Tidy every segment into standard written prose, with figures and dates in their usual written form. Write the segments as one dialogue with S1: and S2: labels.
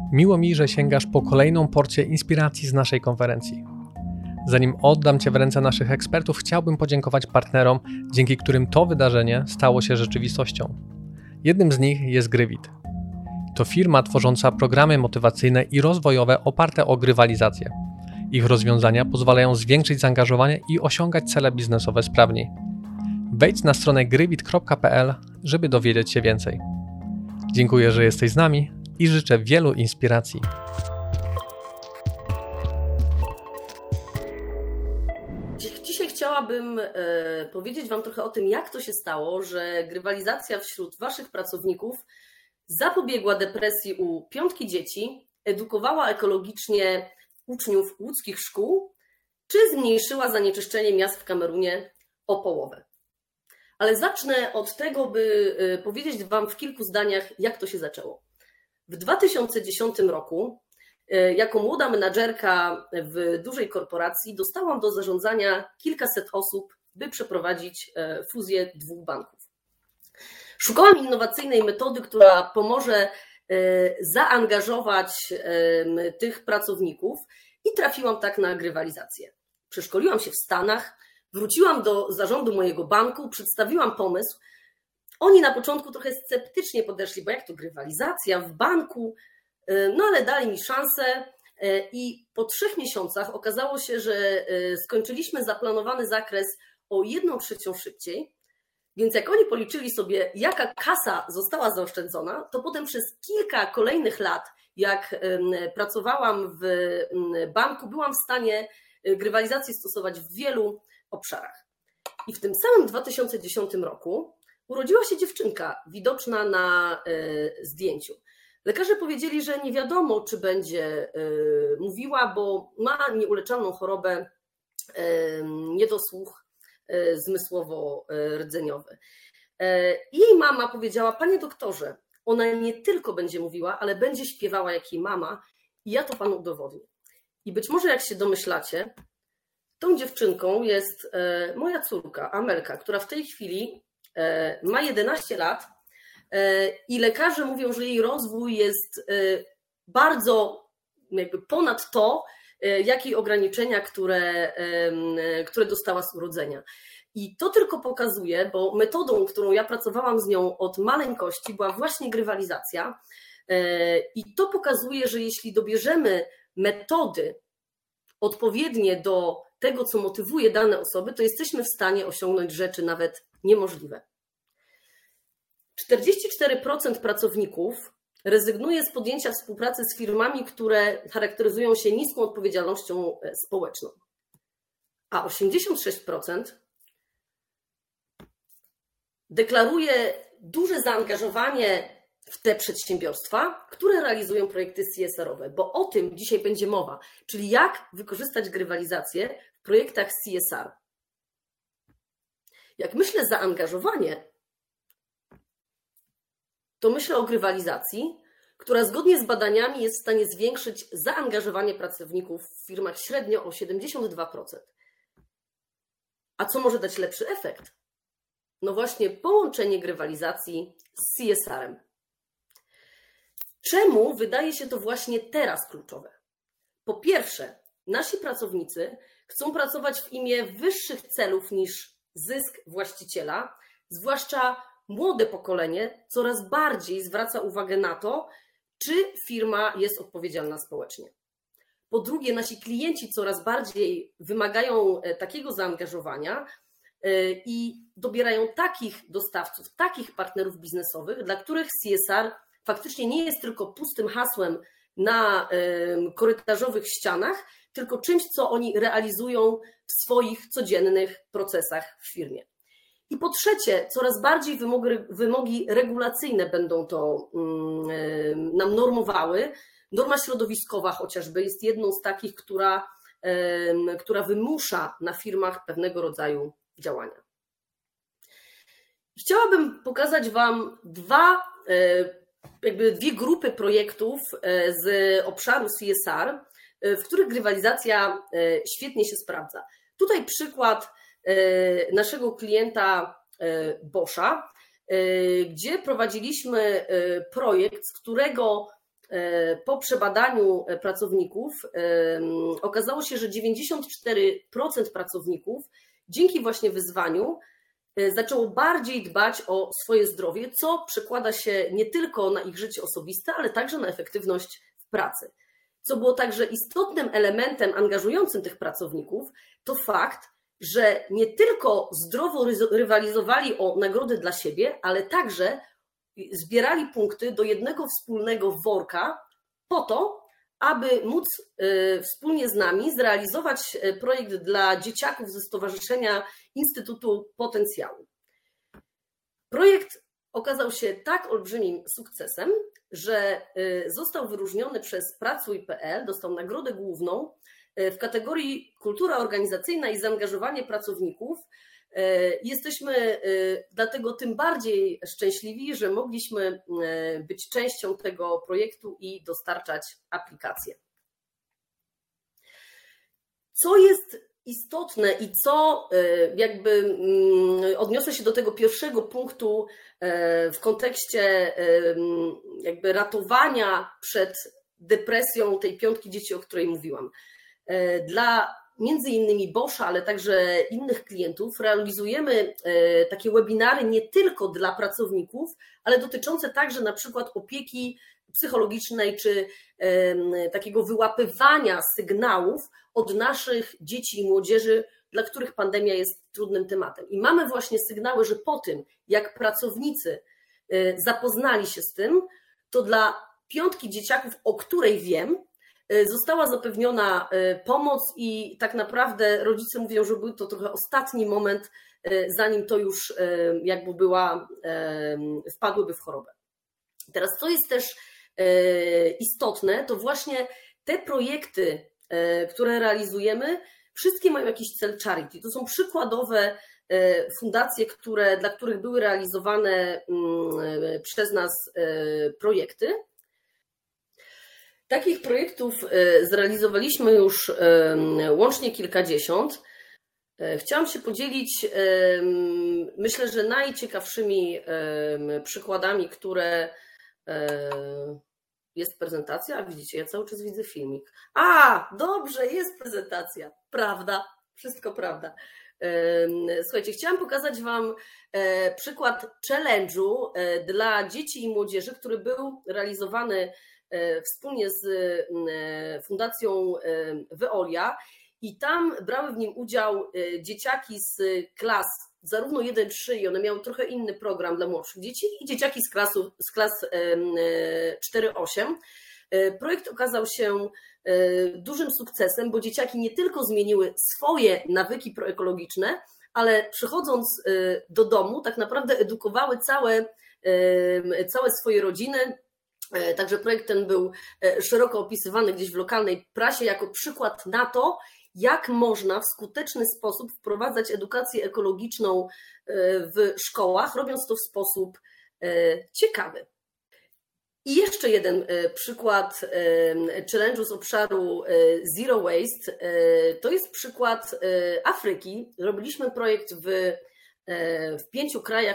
S1: Miło mi, że sięgasz po kolejną porcję inspiracji z naszej konferencji. Zanim oddam Cię w ręce naszych ekspertów, chciałbym podziękować partnerom, dzięki którym to wydarzenie stało się rzeczywistością. Jednym z nich jest Grywit. To firma tworząca programy motywacyjne i rozwojowe oparte o grywalizację. Ich rozwiązania pozwalają zwiększyć zaangażowanie i osiągać cele biznesowe sprawniej. Wejdź na stronę grywit.pl, żeby dowiedzieć się więcej. Dziękuję, że jesteś z nami i życzę wielu inspiracji.
S2: Dzisiaj chciałabym powiedzieć Wam trochę o tym, jak to się stało, że grywalizacja wśród Waszych pracowników zapobiegła depresji u piątki dzieci, edukowała ekologicznie uczniów łódzkich szkół, czy zmniejszyła zanieczyszczenie miast w Kamerunie o połowę. Ale zacznę od tego, by powiedzieć Wam w kilku zdaniach, jak to się zaczęło. W 2010 roku jako młoda menadżerka w dużej korporacji dostałam do zarządzania kilkaset osób, by przeprowadzić fuzję dwóch banków. Szukałam innowacyjnej metody, która pomoże zaangażować tych pracowników i trafiłam tak na grywalizację. Przeszkoliłam się w Stanach, wróciłam do zarządu mojego banku, przedstawiłam pomysł. Oni na początku trochę sceptycznie podeszli, bo jak to grywalizacja w banku, no ale dali mi szansę i po 3 miesiącach okazało się, że skończyliśmy zaplanowany zakres o 1/3 szybciej, więc jak oni policzyli sobie, jaka kasa została zaoszczędzona, to potem przez kilka kolejnych lat, jak pracowałam w banku, byłam w stanie grywalizację stosować w wielu obszarach. I w tym samym 2010 roku urodziła się dziewczynka widoczna na zdjęciu. Lekarze powiedzieli, że nie wiadomo, czy będzie mówiła, bo ma nieuleczalną chorobę, niedosłuch zmysłowo-rdzeniowy. Jej mama powiedziała: panie doktorze, ona nie tylko będzie mówiła, ale będzie śpiewała jak jej mama i ja to panu udowodnię. I być może, jak się domyślacie, tą dziewczynką jest moja córka Amelka, która w tej chwili ma 11 lat i lekarze mówią, że jej rozwój jest bardzo jakby ponad to, jakie ograniczenia, które dostała z urodzenia. I to tylko pokazuje, bo metodą, którą ja pracowałam z nią od maleńkości, była właśnie grywalizacja. I to pokazuje, że jeśli dobierzemy metody odpowiednie do tego, co motywuje dane osoby, to jesteśmy w stanie osiągnąć rzeczy nawet niemożliwe. 44% pracowników rezygnuje z podjęcia współpracy z firmami, które charakteryzują się niską odpowiedzialnością społeczną, a 86% deklaruje duże zaangażowanie w te przedsiębiorstwa, które realizują projekty CSR-owe, bo o tym dzisiaj będzie mowa, czyli jak wykorzystać grywalizację w projektach CSR. Jak myślę zaangażowanie, to myślę o grywalizacji, która zgodnie z badaniami jest w stanie zwiększyć zaangażowanie pracowników w firmach średnio o 72%. A co może dać lepszy efekt? No właśnie połączenie grywalizacji z CSR-em. Czemu wydaje się to właśnie teraz kluczowe? Po pierwsze, nasi pracownicy chcą pracować w imię wyższych celów niż zysk właściciela, zwłaszcza młode pokolenie coraz bardziej zwraca uwagę na to, czy firma jest odpowiedzialna społecznie. Po drugie, nasi klienci coraz bardziej wymagają takiego zaangażowania i dobierają takich dostawców, takich partnerów biznesowych, dla których CSR faktycznie nie jest tylko pustym hasłem na korytarzowych ścianach, tylko czymś, co oni realizują w swoich codziennych procesach w firmie. I po trzecie, coraz bardziej wymogi regulacyjne będą to nam normowały. Norma środowiskowa chociażby jest jedną z takich, która wymusza na firmach pewnego rodzaju działania. Chciałabym pokazać Wam dwie grupy projektów z obszaru CSR, w których grywalizacja świetnie się sprawdza. Tutaj przykład naszego klienta Boscha, gdzie prowadziliśmy projekt, z którego po przebadaniu pracowników okazało się, że 94% pracowników dzięki właśnie wyzwaniu zaczęło bardziej dbać o swoje zdrowie, co przekłada się nie tylko na ich życie osobiste, ale także na efektywność w pracy. Co było także istotnym elementem angażującym tych pracowników, to fakt, że nie tylko zdrowo rywalizowali o nagrody dla siebie, ale także zbierali punkty do jednego wspólnego worka po to, aby móc wspólnie z nami zrealizować projekt dla dzieciaków ze Stowarzyszenia Instytutu Potencjału. Projekt okazał się tak olbrzymim sukcesem, że został wyróżniony przez Pracuj.pl, dostał nagrodę główną w kategorii kultura organizacyjna i zaangażowanie pracowników. Jesteśmy dlatego tym bardziej szczęśliwi, że mogliśmy być częścią tego projektu i dostarczać aplikacje. Co jest istotne i co jakby odniosę się do tego pierwszego punktu w kontekście jakby ratowania przed depresją tej piątki dzieci, o której mówiłam. Dla między innymi Boscha, ale także innych klientów realizujemy takie webinary nie tylko dla pracowników, ale dotyczące także na przykład opieki psychologicznej czy takiego wyłapywania sygnałów od naszych dzieci i młodzieży, dla których pandemia jest trudnym tematem. I mamy właśnie sygnały, że po tym, jak pracownicy zapoznali się z tym, to dla piątki dzieciaków, o której wiem, została zapewniona pomoc i tak naprawdę rodzice mówią, że był to trochę ostatni moment, zanim to już jakby wpadłyby w chorobę. Teraz co jest też istotne, to właśnie te projekty, które realizujemy, wszystkie mają jakiś cel charity. To są przykładowe fundacje, dla których były realizowane przez nas projekty. Takich projektów zrealizowaliśmy już łącznie kilkadziesiąt. Chciałam się podzielić, myślę, że najciekawszymi przykładami, które... Jest prezentacja? A widzicie, ja cały czas widzę filmik. Dobrze, jest prezentacja. Prawda, wszystko prawda. Słuchajcie, chciałam pokazać Wam przykład challenge'u dla dzieci i młodzieży, który był realizowany wspólnie z Fundacją Veolia i tam brały w nim udział dzieciaki z klas zarówno 1-3 i one miały trochę inny program dla młodszych dzieci i dzieciaki z klas 4-8. Projekt okazał się dużym sukcesem, bo dzieciaki nie tylko zmieniły swoje nawyki proekologiczne, ale przychodząc do domu tak naprawdę edukowały całe swoje rodziny. Także projekt ten był szeroko opisywany gdzieś w lokalnej prasie jako przykład na to, jak można w skuteczny sposób wprowadzać edukację ekologiczną w szkołach, robiąc to w sposób ciekawy. I jeszcze jeden przykład challenge'u z obszaru Zero Waste. To jest przykład Afryki. Robiliśmy projekt w 5 krajach,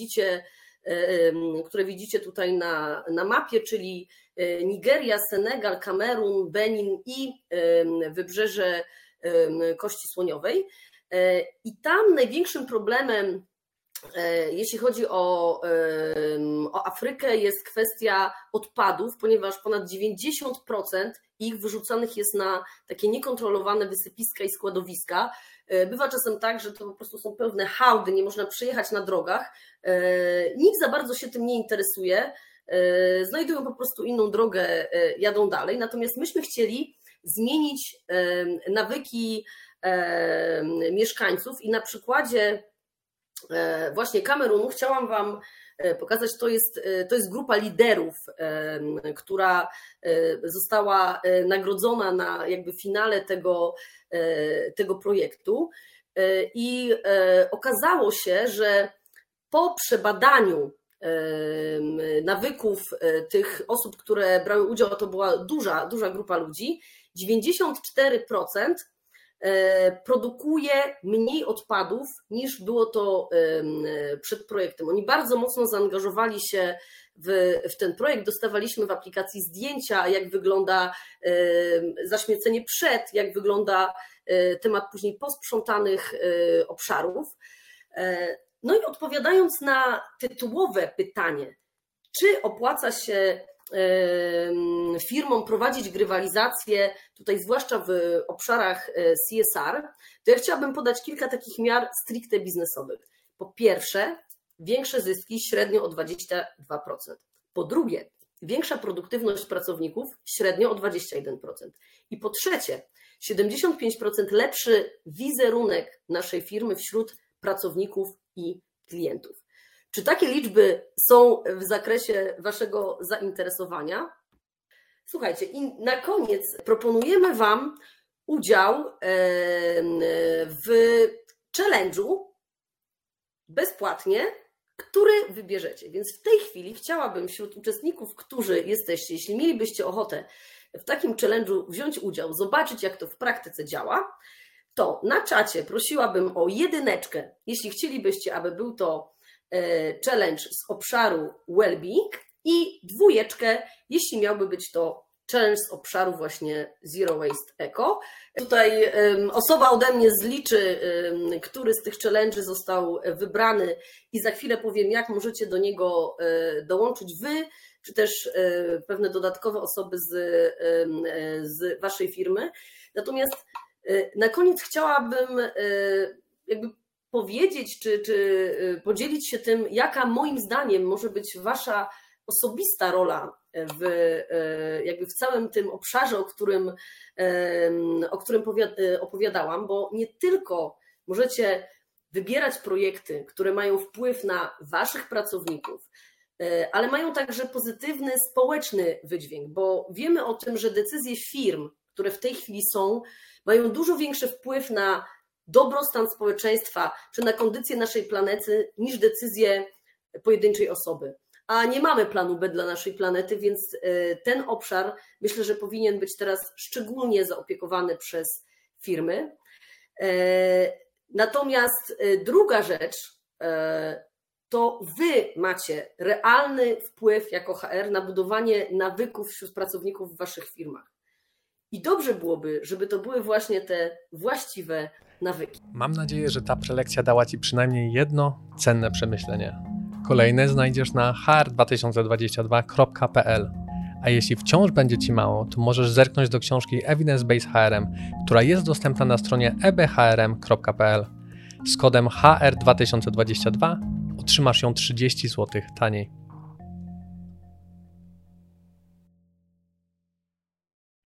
S2: które widzicie tutaj na mapie, czyli Nigeria, Senegal, Kamerun, Benin i wybrzeże Kości Słoniowej. I tam największym problemem, jeśli chodzi o Afrykę, jest kwestia odpadów, ponieważ ponad 90% ich wyrzucanych jest na takie niekontrolowane wysypiska i składowiska. Bywa czasem tak, że to po prostu są pewne hałdy, nie można przejechać na drogach. Nikt za bardzo się tym nie interesuje, znajdują po prostu inną drogę, jadą dalej. Natomiast myśmy chcieli zmienić nawyki mieszkańców i na przykładzie właśnie Kamerunu chciałam Wam pokazać, to jest grupa liderów, która została nagrodzona na jakby finale tego projektu i okazało się, że po przebadaniu nawyków tych osób, które brały udział, to była duża grupa ludzi, 94% produkuje mniej odpadów niż było to przed projektem. Oni bardzo mocno zaangażowali się w ten projekt, dostawaliśmy w aplikacji zdjęcia, jak wygląda zaśmiecenie przed, jak wygląda temat później posprzątanych obszarów. No i odpowiadając na tytułowe pytanie, czy opłaca się firmom prowadzić grywalizację, tutaj zwłaszcza w obszarach CSR, to ja chciałabym podać kilka takich miar stricte biznesowych. Po pierwsze, większe zyski średnio o 22%. Po drugie, większa produktywność pracowników średnio o 21%. I po trzecie, 75% lepszy wizerunek naszej firmy wśród pracowników i klientów. Czy takie liczby są w zakresie Waszego zainteresowania? Słuchajcie, i na koniec proponujemy Wam udział w challenge'u bezpłatnie, który wybierzecie. Więc w tej chwili chciałabym wśród uczestników, którzy jesteście, jeśli mielibyście ochotę w takim challenge'u wziąć udział, zobaczyć, jak to w praktyce działa, to na czacie prosiłabym o 1, jeśli chcielibyście, aby był to challenge z obszaru well-being, i 2, jeśli miałby być to challenge z obszaru właśnie Zero Waste Eco. Tutaj osoba ode mnie zliczy, który z tych challenge'y został wybrany, i za chwilę powiem, jak możecie do niego dołączyć wy, czy też pewne dodatkowe osoby z Waszej firmy. Natomiast na koniec chciałabym jakby powiedzieć, czy podzielić się tym, jaka moim zdaniem może być Wasza osobista rola w całym tym obszarze, o którym opowiadałam, bo nie tylko możecie wybierać projekty, które mają wpływ na Waszych pracowników, ale mają także pozytywny społeczny wydźwięk, bo wiemy o tym, że decyzje firm, które w tej chwili są, mają dużo większy wpływ na dobrostan społeczeństwa czy na kondycję naszej planety niż decyzje pojedynczej osoby. A nie mamy planu B dla naszej planety, więc ten obszar myślę, że powinien być teraz szczególnie zaopiekowany przez firmy. Natomiast druga rzecz, to Wy macie realny wpływ jako HR na budowanie nawyków wśród pracowników w Waszych firmach. I dobrze byłoby, żeby to były właśnie te właściwe nawyki.
S1: Mam nadzieję, że ta prelekcja dała Ci przynajmniej jedno cenne przemyślenie. Kolejne znajdziesz na hr2022.pl. A jeśli wciąż będzie Ci mało, to możesz zerknąć do książki Evidence Based HRM, która jest dostępna na stronie ebhrm.pl. Z kodem HR2022 otrzymasz ją 30 zł taniej.